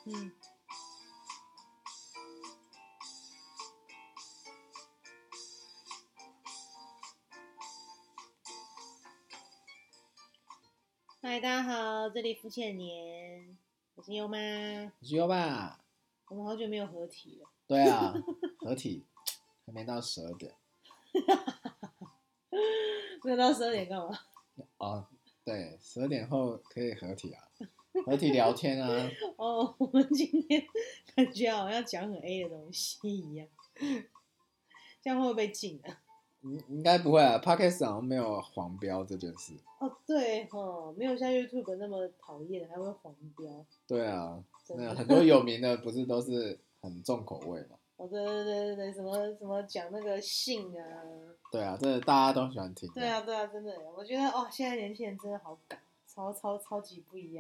嗯，嗨，大家好，这里肤浅年，我是优妈， 你有吧？ 我们好久没有合体了。 对啊，合体还没到12点没有到12点干嘛？ 哦。对，12点后可以合体啊，合体聊天啊。 哦，我们今天感觉好像讲很 A 的东西一样，这样会不会被禁啊？ 应该不会啊 ，Podcast 好像没有黄标这件事。 哦，对哈，没有像 YouTube 那么讨厌，还会黄标， 对啊， 真的。 那很多有名的不是都是很重口味嘛？ 哦，对对对对对，什么讲那个性啊？ 对啊，这大家都喜欢听的。 对啊对啊，真的，我觉得哦，现在年轻人真的好敢，超级不一样。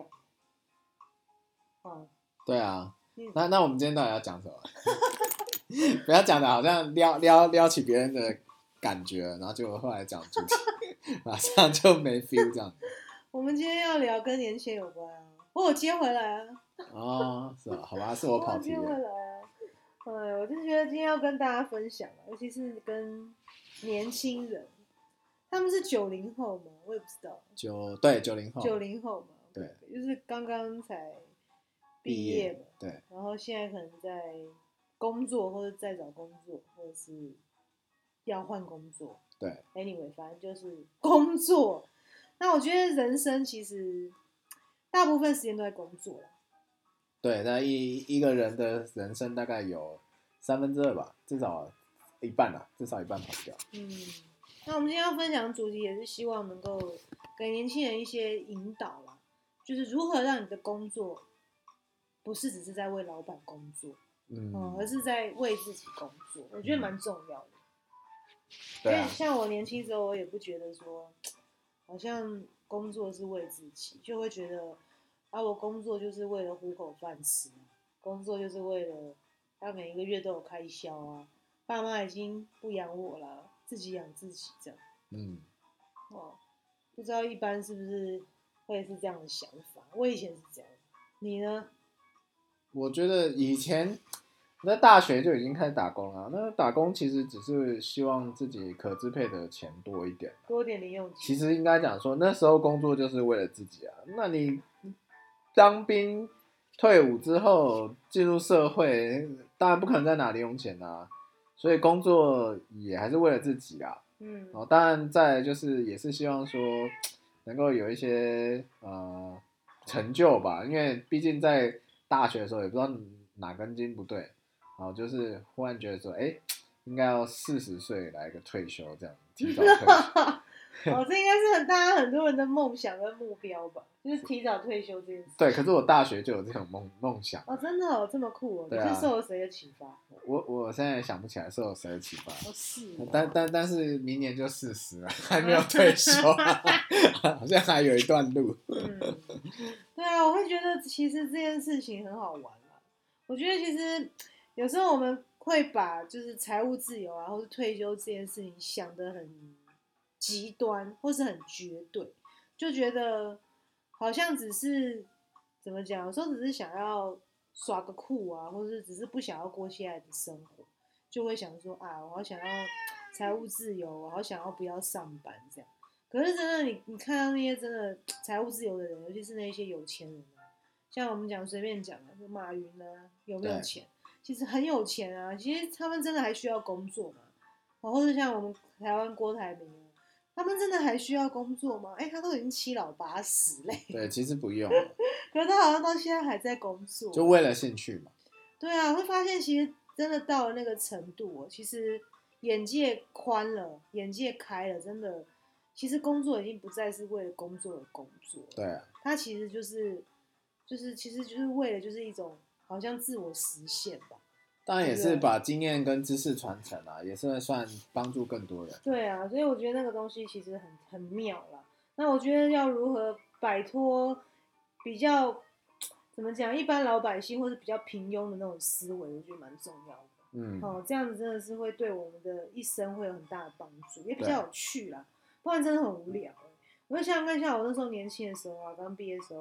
哦， 对啊， 嗯， 那我们今天到底要讲什么？不要讲的好像撩起别人的感觉，然后结果后来讲主题，马上就没 feel 这样。 我们今天要聊跟年轻有关啊，我有接回来啊， 哦，是啊，好吧，是我我有接回跑题了。 来啊。哎，我就觉得今天要跟大家分享啊，尤其是跟年轻人，他们是90后吗？我也不知道， 对90后， 90后嘛， 对， 就是刚刚才毕业， 毕业嘛， 对然后现在可能在工作或者在找工作，或者是要换工作。 对 Anyway，反正就是工作。那我觉得人生其实大部分时间都在工作了。 对，那一个人的人生大概有2/3吧，至少一半啦，至少一半跑掉。 嗯，那我们今天要分享的主题也是希望能够给年轻人一些引导啦，就是如何让你的工作不是只是在为老板工作，而是在为自己工作，我觉得蛮重要的。 对啊， 因为像我年轻时候，我也不觉得说，好像工作是为自己，就会觉得啊，我工作就是为了糊口饭吃啊，工作就是为了要每一个月都有开销啊，爸妈已经不养我了，自己养自己这样。 嗯， 哦，不知道一般是不是会是这样的想法？我以前是这样，你呢？ 我觉得以前在大学就已经开始打工了，那打工其实只是希望自己可支配的钱多一点。 多点零用钱。 其实应该讲说，那时候工作就是为了自己啊。那你当兵退伍之后进入社会，当然不可能再拿零用钱啊，所以工作也还是为了自己啊。 嗯， 当然再来就是也是希望说能够有一些成就吧，因为毕竟在大学的时候也不知道哪根筋不对，然后就是忽然觉得说，哎，应该要40岁来个退休这样，提早退休。 哦，这应该是大家很多人的梦想跟目标吧，就是提早退休这件事。 对，可是我大学就有这种梦想。 哦，真的哦，这么酷哦！你是对啊， 受了谁的启发？ 我现在也想不起来受谁的启发。 哦，是哦。 但是明年就40了，还没有退休，好像还有一段路。 嗯，对啊，我会觉得其实这件事情很好玩啦。我觉得其实有时候我们会把就是财务自由啊，或是退休这件事情想得很极端，或是很绝对，就觉得好像只是怎么讲，有时候只是想要耍个酷啊，或者只是不想要过现在的生活，就会想说啊，我好想要财务自由，我好想要不要上班这样。可是真的你看到那些真的财务自由的人，尤其是那些有钱人啊，像我们讲随便讲啊，说马云啊，有没有钱？其实很有钱啊，其实他们真的还需要工作嘛？或者像我们台湾郭台铭啊，他们真的还需要工作吗？他都已经7老8十嘞。 对，其实不用了， 可是他好像到现在还在工作。 就为了兴趣嘛。 对啊，会发现其实真的到了那个程度其实眼界宽了，眼界开了，真的，其实工作已经不再是为了工作而工作了。 对啊， 它其实其实就是为了就是一种好像自我实现吧。 当然也是把经验跟知识传承啊，也是算帮助更多人。 对啊，所以我觉得那个东西其实很妙啦。那我觉得要如何摆脱比较怎么讲，一般老百姓或是比较平庸的那种思维，我觉得蛮重要的。这样子真的是会对我们的一生会有很大的帮助，也比较有趣啦。不然真的很无聊。我就想看，像我那时候年轻的时候啊，刚毕业的时候，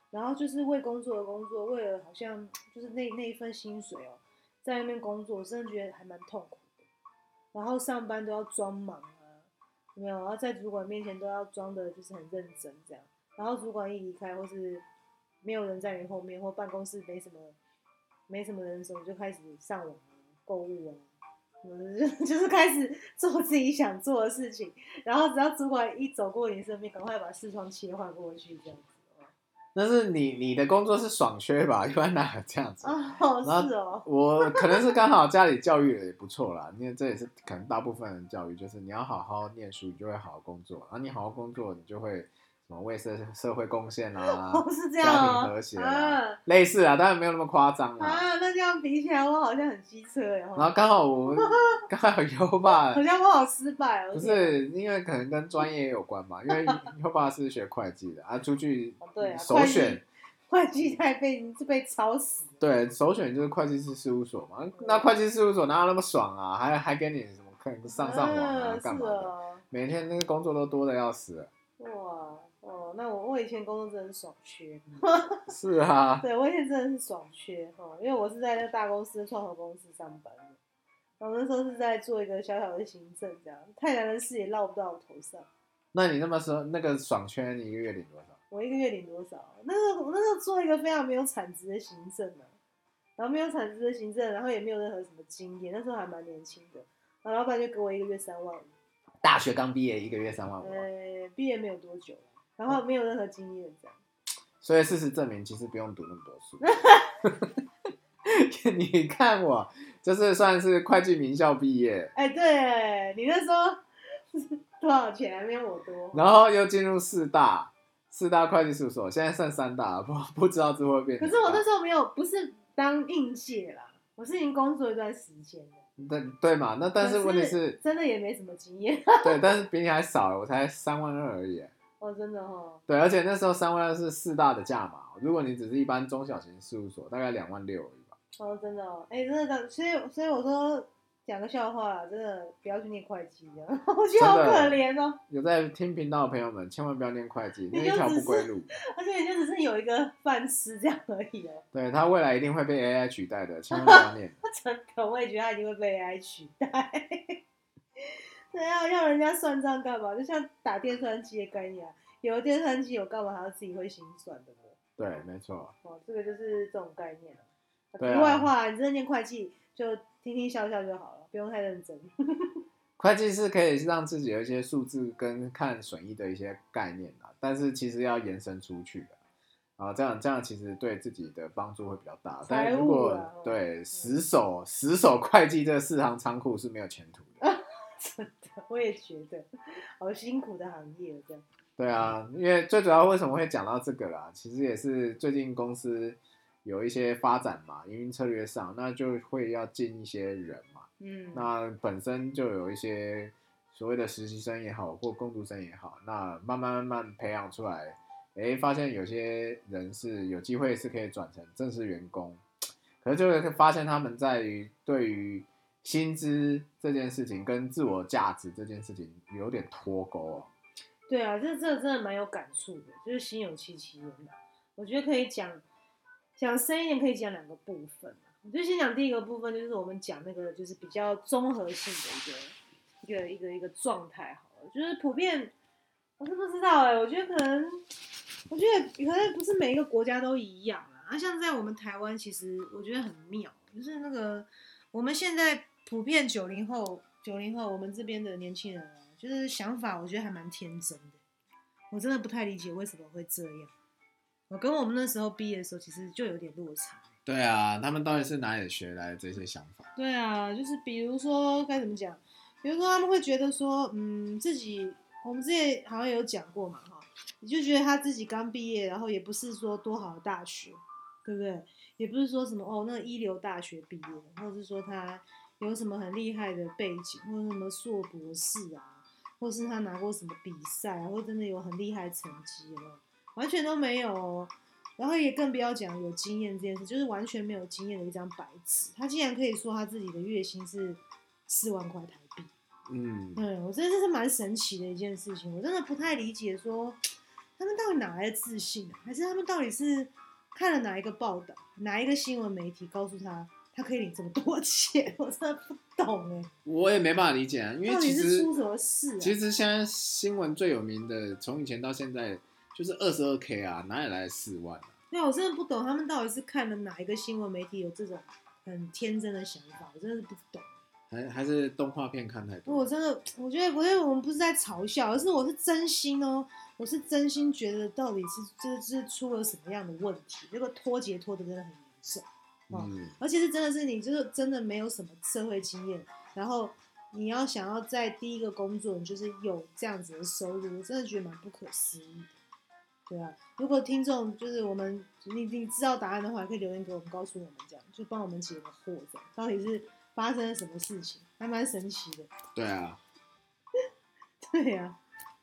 然后就是为工作而工作，为了好像就是那一份薪水哦，在那边工作，我真的觉得还蛮痛苦的。然后上班都要装忙啊，有没有？然后在主管面前都要装的就是很认真这样。然后主管一离开，或是没有人在你后面，或办公室没什么人的时候，你就开始上网啊、购物啊，就是开始做自己想做的事情。然后只要主管一走过你身边，赶快把视窗切换过去这样子。 但是你的工作是爽缺吧？一般哪有这样子？ 哦， 然后是哦。 我可能是刚好家里教育的也不错啦，因为这也是可能大部分人教育，就是你要好好念书，你就会好好工作，然后你好好工作，你就会什么为社会贡献啦， 哦，是这样家庭哦。 和谐啦， 啊类似啊，当然没有那么夸张啦。 啊，那这样比起来，我好像很机车耶。 然后刚好我们刚好优爸好像我好失败哦。 不是因为可能跟专业有关嘛，因为优爸是学会计的啊，出去对啊， 首选。 会计太被吵死了。 对，首选就是会计师事务所嘛。那会计师事务所哪有那么爽啊？还给你什么可能上网啊，干嘛的？ 哦。 每天那个工作都多的要死了。 哇哦，那我以前工作真的是爽缺。 是啊， 对，我以前真的是爽缺哈，因为我是在那大公司创投公司上班的，然后那时候是在做一个小小的行政，这样太难的事也落不到我头上。 那你那么说那个爽圈，你一个月领多少？ 我一个月领多少？我那时候做一个非常没有产值的行政啊，然后没有产值的行政，然后也没有任何什么经验，那时候还蛮年轻的，然后老板就给我一个月3万5。 大学刚毕业，一个月3万5。 毕业没有多久，然后没有任何经验这样。 所以事实证明，其实不用读那么多书。你看我，就是算是会计名校毕业， 对你那时候多少钱？没有我多。 然后又进入四大会计事务所，现在剩3大，不知道之后会变成。 可是我那时候没有，不是当应届啦，我是已经工作一段时间了。 对嘛？那但是问题是， 真的也没什么经验。 对，但是比你还少，我才3.2万而已。 哦，真的哦。 对，而且那时候3.2万是四大的价码，如果你只是一般中小型事务所，大概2.6万而已吧。 哦，真的哦。真的，所以我说讲个笑话啦，真的不要去念会计这样。我觉得好可怜哦。 有在听频道的朋友们，千万不要念会计，那你一条不归路。 而且你就只是有一个饭吃这样而已哦。 对，他未来一定会被 AI 取代的，千万不要念。 真的，我也觉得他一定会被 AI 取代。对啊，要人家算账干嘛？就像打电算机的概念啊，有了电算机，我干嘛还要自己会心算的呢？ 对，没错。 哦，这个就是这种概念啊。 对啊， 题外话，你真的念会计就听听笑笑就好了，不用太认真。 会计是可以让自己有一些数字跟看损益的一些概念啦，但是其实要延伸出去的。啊，这样其实对自己的帮助会比较大。但是如果对死守会计这4行仓库是没有前途的。 真的，我也觉得，好辛苦的行业这样。 对啊，因为最主要为什么会讲到这个啦，其实也是最近公司有一些发展嘛，营运策略上，那就会要进一些人嘛。那本身就有一些所谓的实习生也好，或工读生也好，那慢慢培养出来，发现有些人是有机会是可以转成正式员工，可是就会发现他们在于对于薪资这件事情跟自我价值这件事情有点脱钩哦。 对啊，这真的蛮有感触的，就是心有戚戚焉的。我觉得可以讲深一点，可以讲2个部分。我就先讲第一个部分，就是我们讲那个就是比较综合性的一个状态好了，就是普遍，我是不知道我觉得可能不是每一个国家都一样啊。像在我们台湾，其实我觉得很妙，就是那个我们现在普遍90后，我们这边的年轻人啊，就是想法我觉得还蛮天真的。我真的不太理解为什么会这样。我跟我们那时候毕业的时候，其实就有点落差。 对啊，他们到底是哪里学来的这些想法？ 对啊，就是比如说该怎么讲？比如说他们会觉得说，我们之前好像有讲过嘛，哈，你就觉得他自己刚毕业，然后也不是说多好的大学，对不对？也不是说什么那个一流大学毕业，或者是说他有什么很厉害的背景，或者什么硕博士啊，或是他拿过什么比赛啊，或真的有很厉害的成绩了，完全都没有哦。然后也更不要讲有经验这件事，就是完全没有经验的一张白纸。他竟然可以说他自己的月薪是4万块台币。我真的这是蛮神奇的一件事情。我真的不太理解说他们到底哪来的自信啊？还是他们到底是看了哪一个报道，哪一个新闻媒体告诉他可以领这么多钱？我真的不懂哎， 我也没办法理解啊，因为到底其实是出什么事啊？ 其实现在新闻最有名的，从以前到现在就是22K 啊，哪里来的4万啊？ 对啊，我真的不懂他们到底是看了哪一个新闻媒体有这种很天真的想法，我真的是不懂。 还是动画片看太多。 我真的，我觉得我们不是在嘲笑，而是我是真心哦，我是真心觉得到底是出了什么样的问题，这个脱节拖的真的很严重。而且是真的是你就是真的没有什么社会经验，然后你要想要在第一个工作，你就是有这样子的收入，我真的觉得蛮不可思议的。对啊，如果听众就是你知道答案的话，可以留言给我们，告诉我们这样，就帮我们解个惑，这样到底是发生了什么事情，还蛮神奇的。 对啊， 对啊，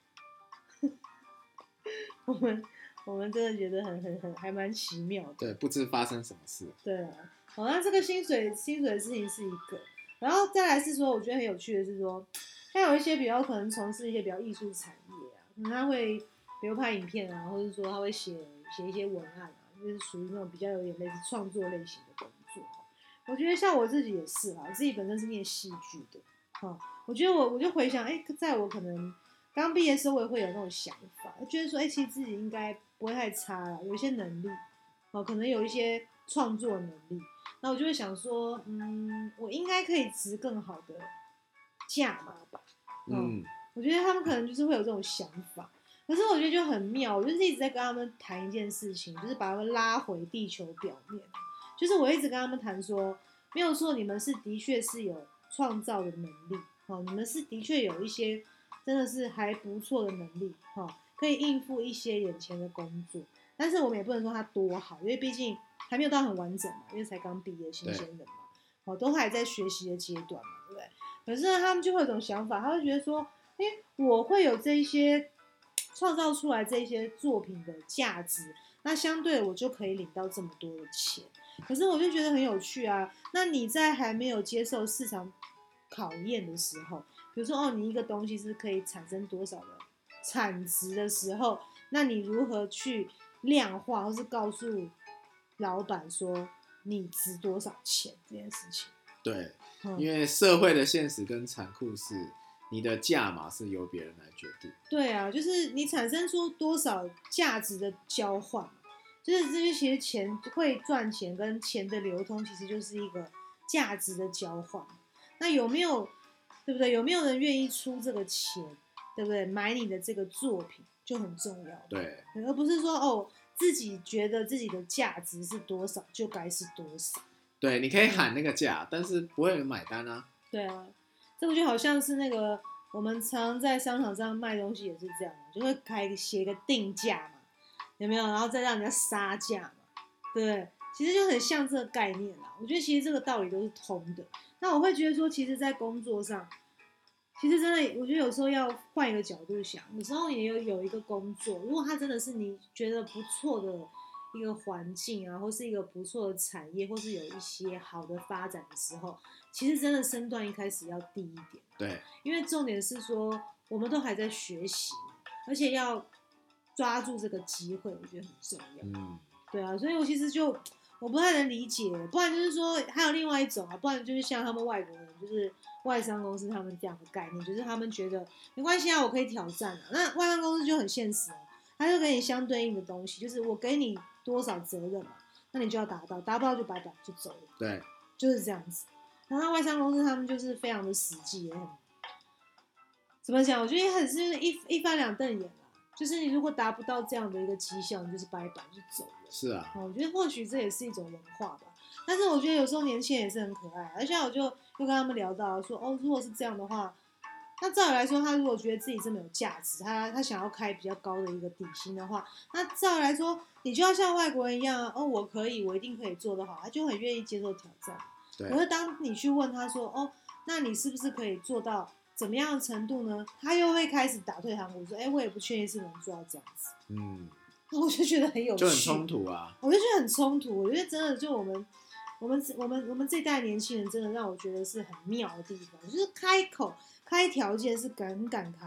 我们真的觉得还蛮奇妙的。 对，不知发生什么事。 对啊，好，那这个薪水的事情是一个，然后再来是说，我觉得很有趣的是说，他有一些比较可能从事一些比较艺术产业啊，可能他会比如拍影片啊，或者说他会写一些文案啊，就是属于那种比较有点类似创作类型的工作。我觉得像我自己也是啦，我自己本身是念戏剧的，我觉得我就回想，在我可能刚毕业的时候，我也会有那种想法，觉得说，其实自己应该不会太差啦，有一些能力，可能有一些创作能力，那我就会想说，我应该可以值更好的价码吧，我觉得他们可能就是会有这种想法，可是我觉得就很妙，我就是一直在跟他们谈一件事情，就是把他们拉回地球表面，就是我一直跟他们谈说，没有错，你们是的确是有创造的能力，你们是的确有一些真的是还不错的能力，可以应付一些眼前的工作，但是我们也不能说它多好，因为毕竟还没有到很完整嘛，因为才刚毕业新鲜人嘛，都还在学习的阶段嘛，对不对？可是呢，他们就会有一种想法，他会觉得说，我会有这一些创造出来这些作品的价值，那相对我就可以领到这么多的钱。可是我就觉得很有趣啊，那你在还没有接受市场考验的时候，比如说你一个东西是可以产生多少的产值的时候，那你如何去量化，或是告诉老板说你值多少钱这件事情？ 对，因为社会的现实跟残酷是，你的价码是由别人来决定。 对啊，就是你产生出多少价值的交换，就是这些其实钱会赚钱跟钱的流通，其实就是一个价值的交换。那有没有，对不对？有没有人愿意出这个钱，对不对？买你的这个作品就很重要。 对， 而不是说自己觉得自己的价值是多少就该是多少。 对，你可以喊那个价，但是不会有人买单啊。 对啊，这不就好像是那个我们常在商场上卖东西也是这样，就会写一个定价嘛，有没有？然后再让人家杀价嘛，对不对？其实就很像这个概念啦。我觉得其实这个道理都是通的。那我会觉得说，其实，在工作上，其实真的，我觉得有时候要换一个角度想，有时候你有一个工作，如果它真的是你觉得不错的一个环境啊，或是一个不错的产业，或是有一些好的发展的时候，其实真的身段一开始要低一点。 对， 因为重点是说，我们都还在学习，而且要抓住这个机会，我觉得很重要。对啊，所以我其实我不太能理解，不然就是说还有另外一种啊，不然就是像他们外国人，就是外商公司他们这样的概念，就是他们觉得没关系啊，我可以挑战啊。那外商公司就很现实哦，他就给你相对应的东西，就是我给你多少责任嘛，那你就要达到，达不到就拜拜就走了。 对， 就是这样子。然后外商公司他们就是非常的实际，也很怎么讲？我觉得也很是一翻两瞪眼啦。就是你如果达不到这样的一个绩效，你就是拜拜就走了。 是啊， 我觉得或许这也是一种文化吧。但是我觉得有时候年轻人也是很可爱，而且我就又跟他们聊到说，如果是这样的话，那照理来说，他如果觉得自己这么有价值，他想要开比较高的一个底薪的话，那照理来说，你就要像外国人一样，我可以，我一定可以做得好，他就很愿意接受挑战。 对。 可是当你去问他说，那你是不是可以做到怎么样的程度呢？他又会开始打退堂鼓，说，我也不确定是能做到这样子。我就觉得很有趣， 就很冲突啊。 我就觉得很冲突，我觉得真的就我们这一代年轻人真的让我觉得是很妙的地方，就是开条件是敢开哦。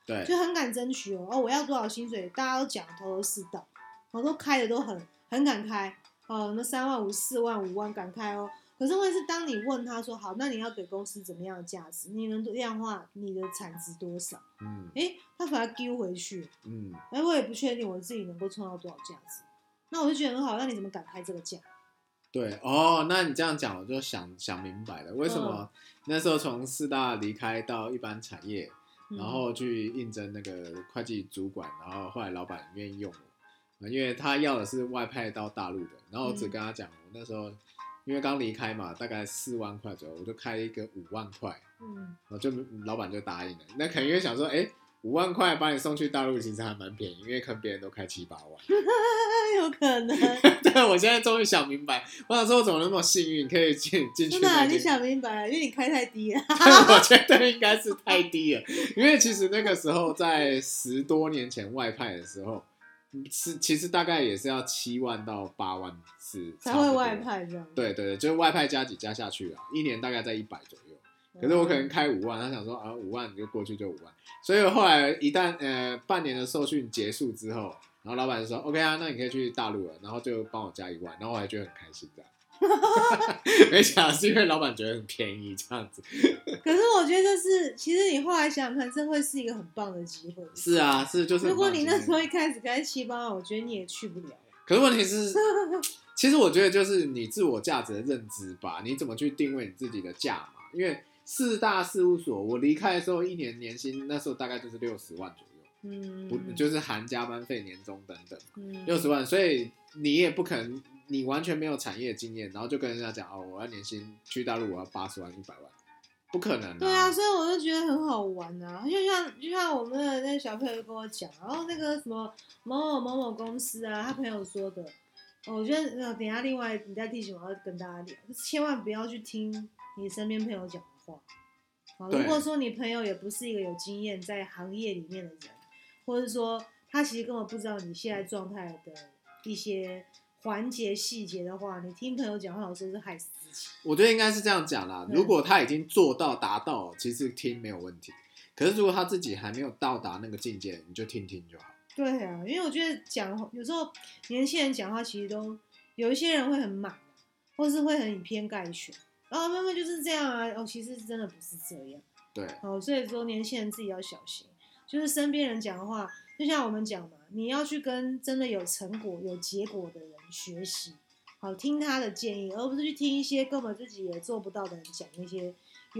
对， 就很敢争取哦，我要多少薪水，大家都讲头头是道，我都开的都很敢开哦，那3万5、4万、5万敢开哦。可是问题是，当你问他说好，那你要给公司怎么样的价值？你能量化你的产值多少？他反而丢回去，我也不确定我自己能够创造多少价值。那我就觉得很好，那你怎么敢开这个价？ 对那你这样讲，我就想明白了，为什么那时候从4大离开到一般产业，然后去应征那个会计主管，然后后来老板愿意用我，因为他要的是外派到大陆的，然后我只跟他讲，我那时候因为刚离开嘛，大概4万块左右，我就开一个5万块，然后就老板就答应了。那可能因为想说，5万块把你送去大陆，其实还蛮便宜，因为可能别人都开7、8万， 有可能。 对，我现在终于想明白，我想说我怎么那么幸运可以进去？ 真的你想明白了，因为你开太低了。 我觉得应该是太低了，因为其实那个时候在10多年前外派的时候。其实大概也是要7万到8万是才会外派这样。 对，就是外派加几加下去啊，一年大概在100左右。可是我可能开5万，他想说5万你就过去就5万，所以后来一旦半年的受训结束之后，然后老板就说 OK 啊，那你可以去大陆了，然后就帮我加1万，然后我还觉得很开心这样。没想到是因为老板觉得很便宜这样子。 可是我觉得其实你后来想想看，这会是一个很棒的机会。 是啊，就是如果你那时候一开始开7、8万，我觉得你也去不了。 可是问题是，其实我觉得就是你自我价值的认知吧，你怎么去定位你自己的价码？因为4大事务所，我离开的时候一年年薪那时候大概就是60万左右，不就是含加班费、年终等等，60万，所以你也不可能。你完全没有产业经验，然后就跟人家讲我要年薪去大陆我要80万、100万，不可能对啊，所以我就觉得很好玩啊，就像我们的那个小朋友跟我讲，然后那个什么某某公司啊，他朋友说的，我觉得等一下另外你再提醒我要跟大家聊，千万不要去听你身边朋友讲的话。如果说你朋友也不是一个有经验在行业里面的人，或者说他其实根本不知道你现在状态的一些环节细节的话，你听朋友讲话有时候是害死自己。 我觉得应该是这样讲啦，如果他已经做到达到，其实听没有问题。可是如果他自己还没有到达那个境界，你就听就好。 对啊，因为我觉得有时候年轻人讲话其实都有一些人会很满，或是会很以偏概全，然后慢慢就是这样啊。其实真的不是这样。 对。 所以说年轻人自己要小心，就是身边人讲的话，就像我们讲嘛，你要去跟真的有成果、有结果的人学习，好听他的建议，而不是去听一些根本自己也做不到的人讲那些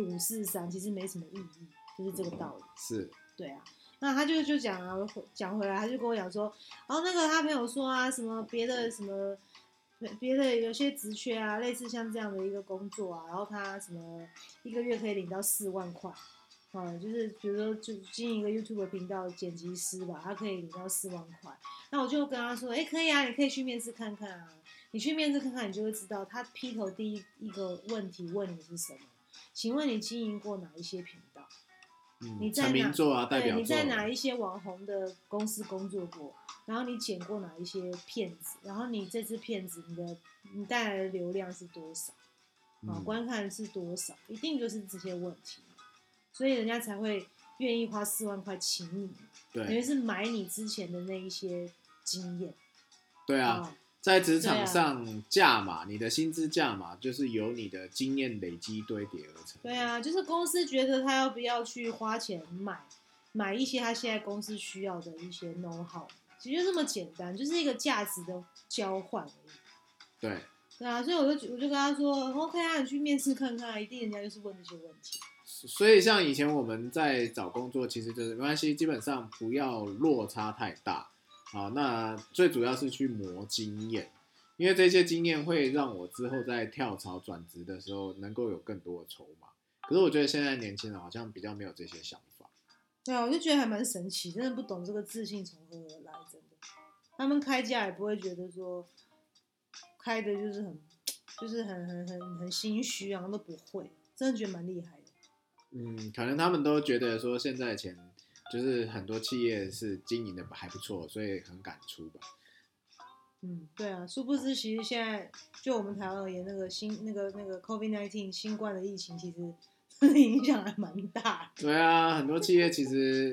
543，其实没什么意义，就是这个道理。 是。 对啊。那他就讲啊，讲回来，他就跟我讲说，那个他朋友说啊，什么别的有些职缺啊，类似像这样的一个工作啊，然后他什么1个月可以领到4万块，就是比如说就经营一个 YouTube 频道剪辑师吧，他可以领到4万块。那我就跟他说，可以啊，你可以去面试看看啊，你去面试看看，你就会知道他劈头第一个问题问你是什么，请问你经营过哪一些频道？你在哪？对，你在哪一些网红的公司工作过？然后你剪过哪一些片子？然后你这支片子你带来的流量是多少？观看是多少？一定就是这些问题，所以人家才会愿意花4万块请你， 对， 等于是买你之前的那一些经验。 对啊。在职场上价码，你的薪资价码就是由你的经验累积堆叠而成。 对啊，就是公司觉得他要不要去花钱买一些他现在公司需要的一些 know how， 其实就这么简单，就是一个价值的交换而已。 对。 对啊，所以我就跟他说 OK 啊，你去面试看看，一定人家就是问这些问题。 所以像以前我们在找工作，其实就是没关系，基本上不要落差太大。好，那最主要是去磨经验，因为这些经验会让我之后在跳槽转职的时候能够有更多的筹码。可是我觉得现在年轻人好像比较没有这些想法。 对啊，我就觉得还蛮神奇，真的不懂这个自信从何而来，真的。他们开价也不会觉得说开的就是很心虚啊，都不会，真的觉得蛮厉害的。 可能他们都觉得说现在钱。就是很多企业是经营的还不错，所以很敢出吧。 对啊，殊不知其实现在就我们台湾而言，那个COVID-19 新冠的疫情，其实影响还蛮大的。 对啊，很多企业其实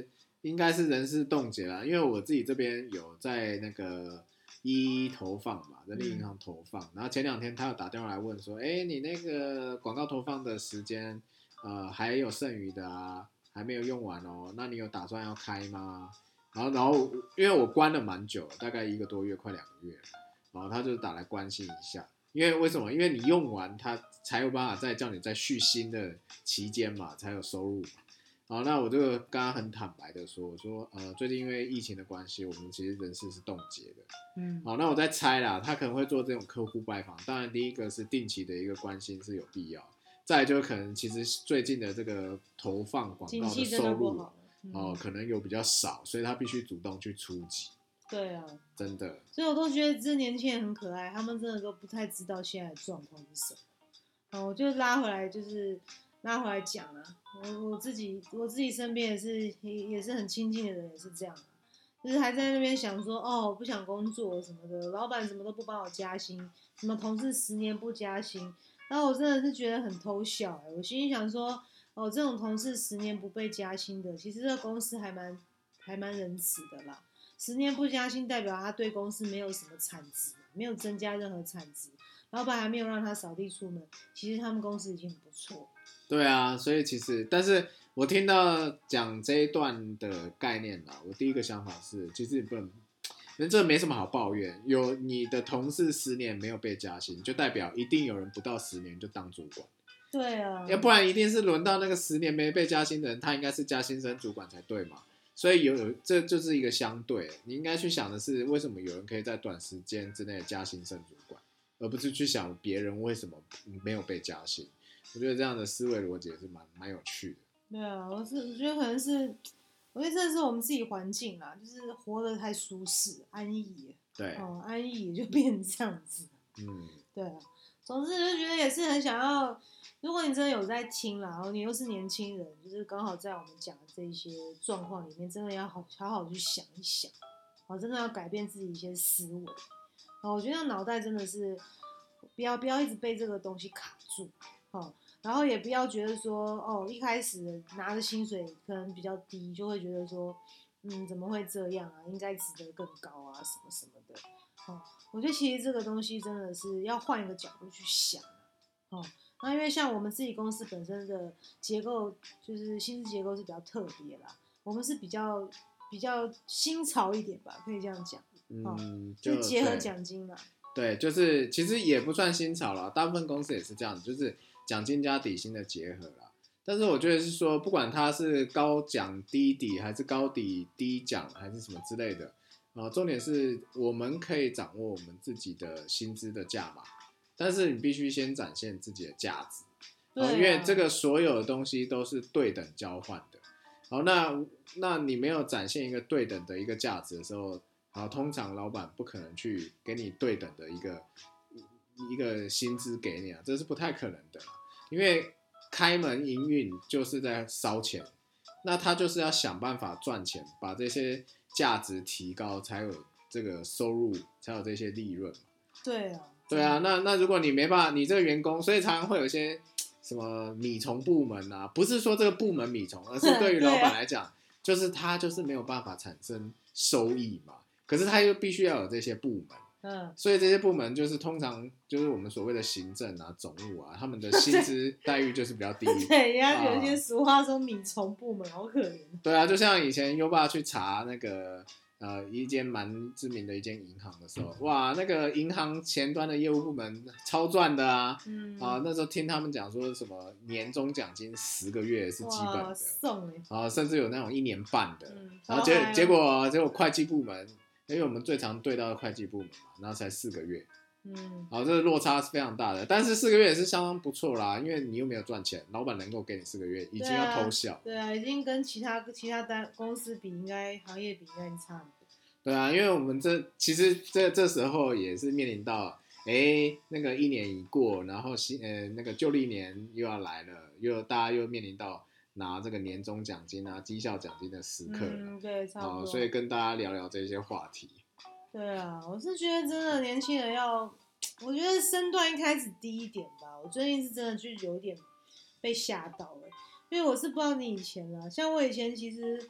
应该是人事冻结啦，因为我自己这边有在那个投放嘛，人力银行投放，然后前2天他有打电话来问说，你那个广告投放的时间，还有剩余的啊，还没有用完哦，那你有打算要开吗？然后因为我关了蛮久，大概1个多月，快2个月，然后他就打来关心一下，因为为什么？因为你用完他才有办法再叫你再续新的期间嘛，才有收入嘛。好，那我就跟他很坦白的说，我说最近因为疫情的关系，我们其实人事是冻结的。好，那我在猜啦，他可能会做这种客户拜访，当然第一个是定期的一个关心是有必要，再来就是可能其实最近的这个投放广告的收入可能有比较少，所以他必须主动去出击。 对啊， 真的， 所以我都觉得这年轻人很可爱，他们真的都不太知道现在的状况是什么。我就拉回来讲啊，我自己身边也是很亲近的人也是这样啊，就是还在那边想说我不想工作什么的，老板什么都不帮我加薪，什么同事10年不加薪，然后我真的是觉得很偷笑我心里想说这种同事10年不被加薪的，其实这个公司还蛮仁慈的啦。10年不加薪代表他对公司没有什么产值，没有增加任何产值，老板还没有让他扫地出门，其实他们公司已经很不错。 对啊，所以其实，但是我听到讲这一段的概念啦，我第一个想法是，其实你不能，这没什么好抱怨。有你的同事10年没有被加薪，就代表一定有人不到10年就当主管。 对啊， 要不然一定是轮到那个10年没被加薪的人，他应该是加薪升主管才对嘛。所以这就是一个相对，你应该去想的是，为什么有人可以在短时间之内加薪升主管，而不是去想别人为什么没有被加薪。我觉得这样的思维逻辑也是蛮有趣的。 对啊，我觉得可能是，我觉得这是我们自己环境啦，就是活得太舒适、安逸。 对， 安逸也就变成这样子。对啊，总之就觉得也是很想要，如果你真的有在听啦，然后你又是年轻人，就是刚好在我们讲的这些状况里面，真的要好好去想一想，真的要改变自己一些思维。我觉得脑袋真的是不要一直被这个东西卡住。然后也不要觉得说一开始拿的薪水可能比较低，就会觉得说怎么会这样啊，应该值得更高啊什么什么的。我觉得其实这个东西真的是要换一个角度去想。那因为像我们自己公司本身的结构，就是薪资结构是比较特别啦，我们是比较新潮一点吧，可以这样讲。就结合奖金啦。 对，就是其实也不算新潮啦，大部分公司也是这样，就是奖金加底薪的结合啦。但是我觉得是说，不管它是高奖低底，还是高底低奖，还是什么之类的，重点是我们可以掌握我们自己的薪资的价码，但是你必须先展现自己的价值。因为这个所有的东西都是对等交换的。好，那你没有展现一个对等的一个价值的时候，通常老板不可能去给你对等的一个薪资给你啊，这是不太可能的。因为开门营运就是在烧钱，那他就是要想办法赚钱，把这些价值提高，才有这个收入，才有这些利润嘛。对啊，那如果你没办法，你这个员工，所以常常会有一些什么米虫部门啊，不是说这个部门米虫，而是对于老板来讲，就是他就是没有办法产生收益嘛。可是他又必须要有这些部门，所以这些部门就是通常就是我们所谓的行政啊、总务啊，他们的薪资待遇就是比较低。 对，人家有一些俗话说米虫部门好可怜。 对啊，就像以前优爸去查那个一间蛮知名的一间银行的时候，哇，那个银行前端的业务部门超赚的啊！那时候听他们讲说什么年终奖金10个月是基本的， 送甚至有那种1年半的。然后结果会计部门。因为我们最常对到的会计部门嘛，然后才4个月，这个落差是非常大的。但是4个月也是相当不错啦，因为你又没有赚钱，老板能够给你4个月，已经要偷笑。 对啊，已经跟其他公司比，行业比应该差很多。 对啊，因为我们其实这时候也是面临到，那个1年已过，然后那个旧历年又要来了，大家又面临到拿这个年终奖金啊、绩效奖金的时刻了。 对，差不多。 所以跟大家聊聊这些话题。 对啊，我是觉得真的年轻人我觉得身段一开始低一点吧。我最近是真的就有点被吓到了，因为我是不知道你以前啦，像我以前其实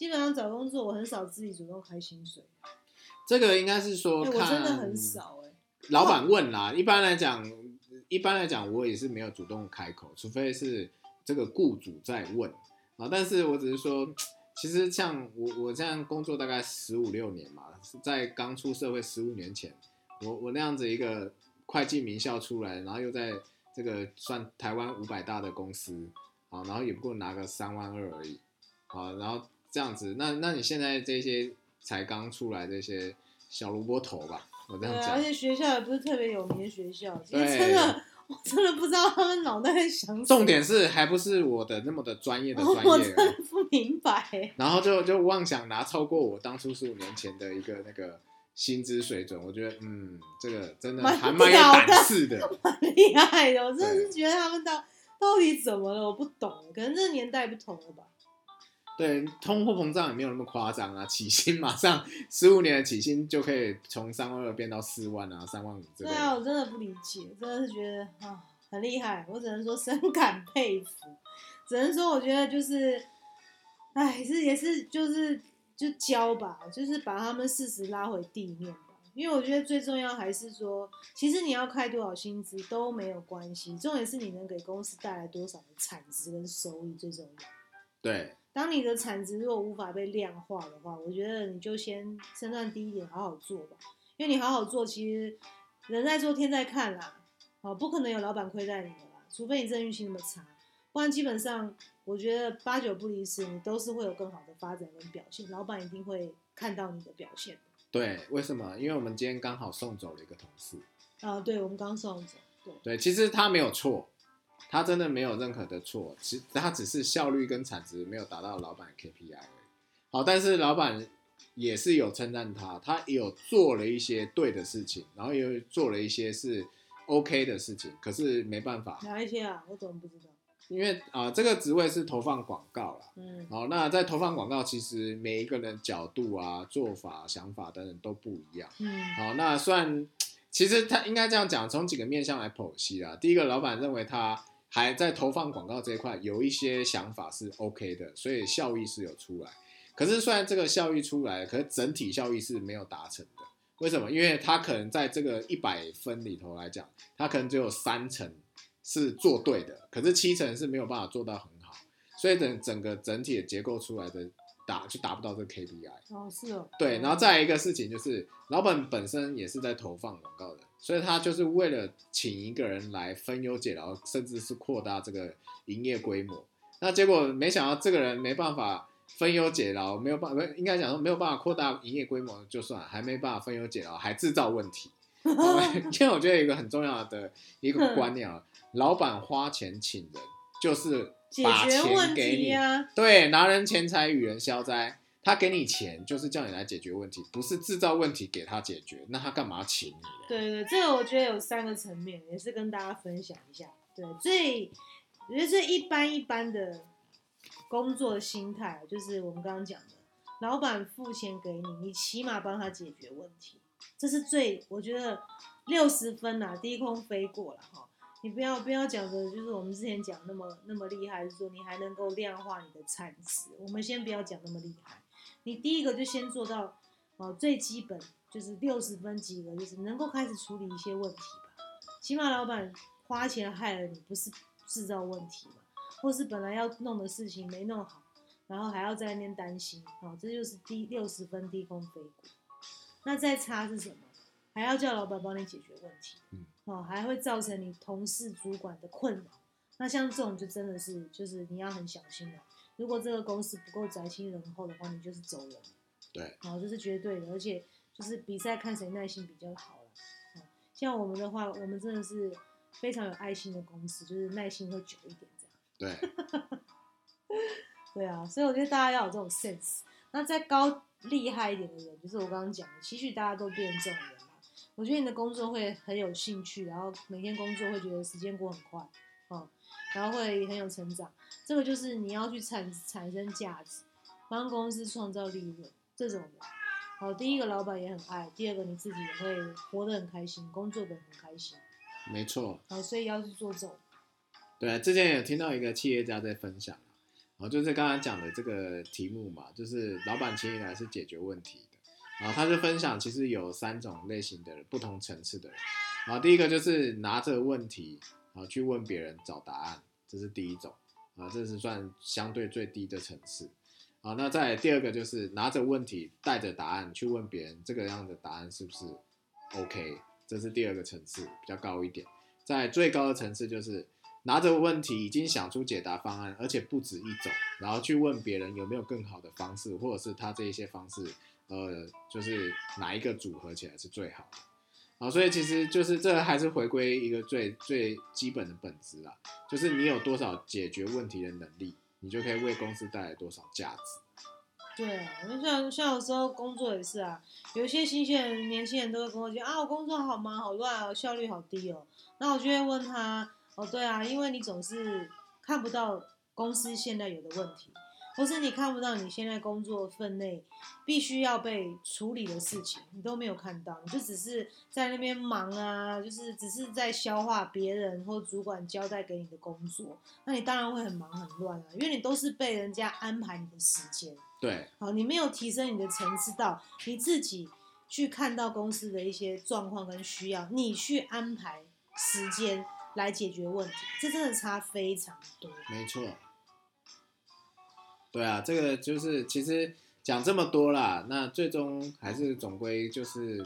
基本上找工作我很少自己主动开薪水。 这个应该是说看， 我真的很少老板问啦。一般来讲，我也是没有主动开口，除非是这个雇主在问啊。但是我只是说，其实像我这样工作大概15、16年嘛，在刚出社会15年前，我那样子一个会计名校出来，然后又在这个算台湾500大的公司啊，然后也不过拿个3万2而已啊，然后这样子，那你现在这些才刚出来这些小萝卜头吧，我这样讲。 而且学校也不是特别有名的学校，其实真的我真的不知道他们脑袋在想什么。 重点是还不是我的那么的专业的专业， 我真的不明白。 然后就妄想拿超过我当初15年前的一个那个薪资水准，我觉得这个真的还蛮有胆识的， 蛮厉害的。我真的是觉得他们到底怎么了，我不懂，可能这个年代不同了吧。 对，通货膨胀也没有那么夸张啊，起薪马上15年的起薪就可以从3万2变到4万啊，3万5之类的。 对啊，我真的不理解，真的是觉得很厉害，我只能说深感佩服，只能说我觉得就是，也是就教吧，就是把他们事实拉回地面吧，因为我觉得最重要还是说，其实你要开多少薪资都没有关系，重点是你能给公司带来多少的产值跟收益最重要。 对。 当你的产值如果无法被量化的话，我觉得你就先身段低一点，好好做吧。因为你好好做，其实人在做天在看啦，不可能有老板亏待你的啦，除非你真的运气那么差，不然基本上我觉得8、9不离10，你都是会有更好的发展跟表现，老板一定会看到你的表现的。 对，为什么？因为我们今天刚好送走了一个同事。 对，我们刚送走。 对，其实他没有错。他真的没有任何的错，其实他只是效率跟产值没有达到老板的 KPI 而已。好，但是老板也是有称赞他，他也有做了一些对的事情，然后也做了一些是 OK 的事情，可是没办法。 哪一些啊？我怎么不知道？ 因为这个职位是投放广告啦，好，那在投放广告，其实每一个人角度啊、做法、想法等等都不一样，好，那算其实他应该这样讲，从几个面向来剖析啦。第一个，老板认为他还在投放广告这一块有一些想法是 OK 的，所以效益是有出来。可是虽然这个效益出来，可是整体效益是没有达成的。为什么？因为他可能在这个100分里头来讲，他可能只有3成是做对的，可是7成是没有办法做到很好，所以整个整体的结构出来的就达不到这个 KPI。 是哦。 对，然后再来一个事情就是，老板本身也是在投放广告的，所以他就是为了请一个人来分忧解劳，甚至是扩大这个营业规模。那结果没想到这个人没办法分忧解劳，没有办法，应该讲说没有办法扩大营业规模就算，还没办法分忧解劳，还制造问题。因为我觉得有一个很重要的一个观念啊，老板花钱请人就是把钱给你，对，拿人钱财与人消灾。他给你钱就是叫你来解决问题，不是制造问题给他解决，那他干嘛请你？ 对，这个我觉得有3个层面，也是跟大家分享一下。对，我觉得最一般的工作的心态，就是我们刚刚讲的，老板付钱给你，你起码帮他解决问题，这是我觉得60分啦，低空飞过了哈。你不要讲的，就是我们之前讲那么厉害，是说你还能够量化你的产值。我们先不要讲那么厉害，你第一个就先做到最基本，就是60分及格，就是能够开始处理一些问题吧。起码老板花钱害了你，不是制造问题嘛，或是本来要弄的事情没弄好，然后还要在那边担心，这就是60分低空飞过。那再差是什么？还要叫老板帮你解决问题，还会造成你同事主管的困扰。那像这种就真的是，就是你要很小心了。如果这个公司不够宅心仁厚的话，你就是走人。 对， 这是绝对的，而且就是比赛看谁耐心比较好了。像我们的话，我们真的是非常有爱心的公司，就是耐心会久一点这样。 对， 对啊，所以我觉得大家要有这种 sense。那再高厉害一点的人，就是我刚刚讲的，期许大家都变这种人啦。我觉得你的工作会很有兴趣，然后每天工作会觉得时间过很快，然后会很有成长。这个就是你要去产生价值，帮公司创造利润这种人。第一个老板也很爱，第二个你自己也会活得很开心，工作得很开心。 没错。 所以要去做这种。 对，之前有听到一个企业家在分享就是刚才讲的这个题目嘛，就是老板请你来是解决问题的。然后他就分享，其实有3种类型的人，不同层次的人。然后第一个就是拿着问题，然后去问别人找答案，这是第一种。这是算相对最低的层次。那再来第二个就是拿着问题带着答案去问别人，这个样的答案是不是 OK？ 这是第二个层次，比较高一点。在最高的层次就是拿着问题已经想出解答方案，而且不止一种，然后去问别人有没有更好的方式，或者是他这一些方式，就是哪一个组合起来是最好的。所以其实就是这还是回归一个最基本的本质啦，就是你有多少解决问题的能力，你就可以为公司带来多少价值。 对啊，像有时候工作也是啊，有一些年轻人都会跟我讲啊，我工作好忙好乱哦，效率好低哦。那我就会问他，对啊，因为你总是看不到公司现在有的问题，或是你看不到你现在工作分内必须要被处理的事情，你都没有看到，你就只是在那边忙啊，就是只是在消化别人或主管交代给你的工作，那你当然会很忙很乱啊，因为你都是被人家安排你的时间。 对， 好，你没有提升你的层次到你自己去看到公司的一些状况跟需要，你去安排时间来解决问题，这真的差非常多。 没错。对啊，这个就是其实讲这么多啦，那最终还是总归就是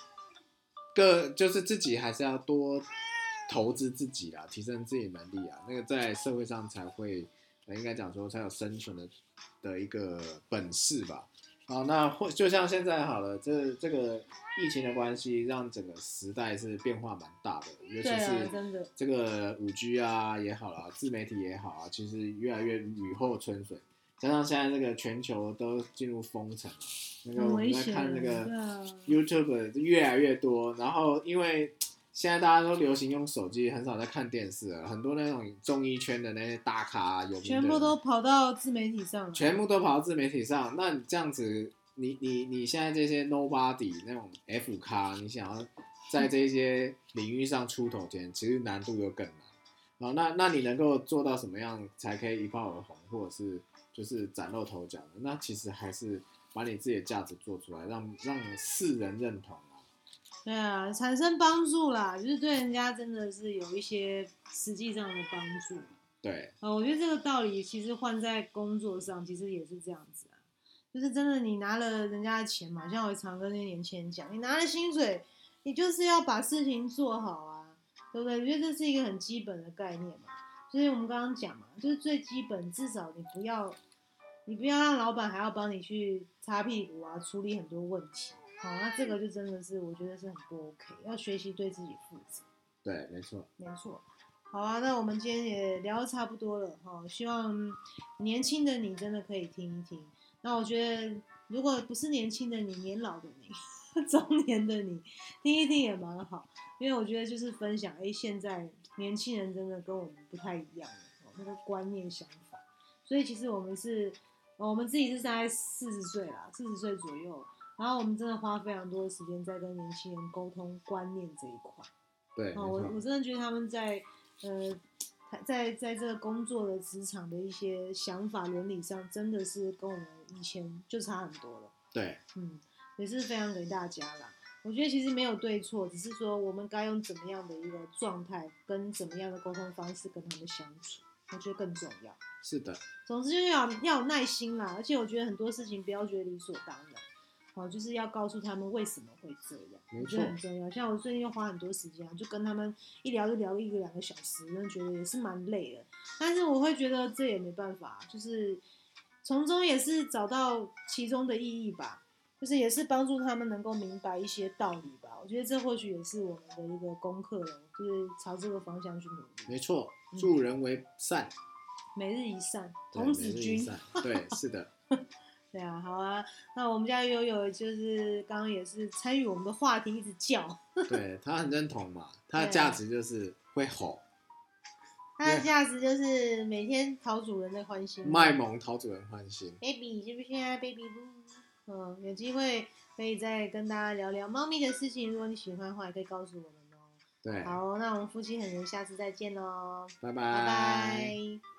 就是自己还是要多投资自己啦，提升自己能力啊，那个在社会上才会，应该讲说才有生存的一个本事吧。好，那就像现在好了，这个疫情的关系，让整个时代是变化蛮大的，尤其是这个5G 啊也好啦，自媒体也好啊，其实越来越雨后春笋。加上现在这个全球都进入封城了，那个我们在看那个 YouTube 越来越多，然后因为现在大家都流行用手机，很少在看电视了，很多那种综艺圈的那些大咖有名的全部都跑到自媒体上了， 全部都跑到自媒体上。那你这样子，你现在这些 nobody 那种 F 咖，你想要在这些领域上出头天，其实难度又更难。那你能够做到什么样才可以一炮而红，或者是就是崭露头角的？那其实还是把你自己的价值做出来，让世人认同啊。 对啊，产生帮助啦，就是对人家真的是有一些实际上的帮助。 对， 我觉得这个道理其实换在工作上，其实也是这样子啊。就是真的，你拿了人家的钱嘛，像我常跟那些年轻人讲，你拿了薪水，你就是要把事情做好啊，对不对？我觉得这是一个很基本的概念嘛。所以我们刚刚讲嘛，就是最基本，至少你不要让老板还要帮你去擦屁股啊，处理很多问题。好，那这个就真的是我觉得是很不 OK，要学习对自己负责。 对，没错， 没错。好啊，那我们今天也聊得差不多了哈，希望年轻的你真的可以听一听。那我觉得，如果不是年轻的你，年老的你，中年的你，听一听也蛮好，因为我觉得就是分享，现在年轻人真的跟我们不太一样了，那个观念想法。所以其实我们自己是大概40岁啦，40岁左右，然后我们真的花非常多的时间在跟年轻人沟通观念这一块。 对， 我真的觉得他们在这个工作的职场的一些想法伦理上，真的是跟我们以前就差很多了。 对， 也是分享给大家啦。我觉得其实没有对错，只是说我们该用怎么样的一个状态，跟怎么样的沟通方式跟他们相处，我觉得更重要。 是的。 总之就是要有耐心啦，而且我觉得很多事情不要觉得理所当然。就是要告诉他们为什么会这样，我觉得很重要。像我最近又花很多时间就跟他们一聊就聊1个2个小时，真的觉得也是蛮累的。但是我会觉得这也没办法，就是从中也是找到其中的意义吧，就是也是帮助他们能够明白一些道理吧。我觉得这或许也是我们的一个功课了，就是朝这个方向去努力。 没错，助人为善， 每日一善，童子军。 对，是的。 对啊，好啊，那我们家悠悠就是刚刚也是参与我们的话题，一直叫。 对，他很认同嘛，他的价值就是会吼， 他的价值就是每天讨主人的欢心， 卖萌讨主人欢心。 baby 是不是啊 ，baby 不？有机会可以再跟大家聊聊猫咪的事情，如果你喜欢的话，也可以告诉我们哦。 对， 好，那我们夫妻很人下次再见喽， 拜拜。 拜拜。